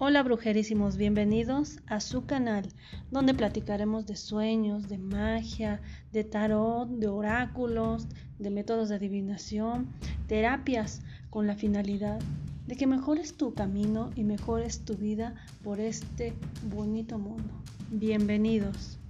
Hola brujerísimos, bienvenidos a su canal, donde platicaremos de sueños, de magia, de tarot, de oráculos, de métodos de adivinación, terapias, con la finalidad de que mejores tu camino y mejores tu vida por este bonito mundo. Bienvenidos.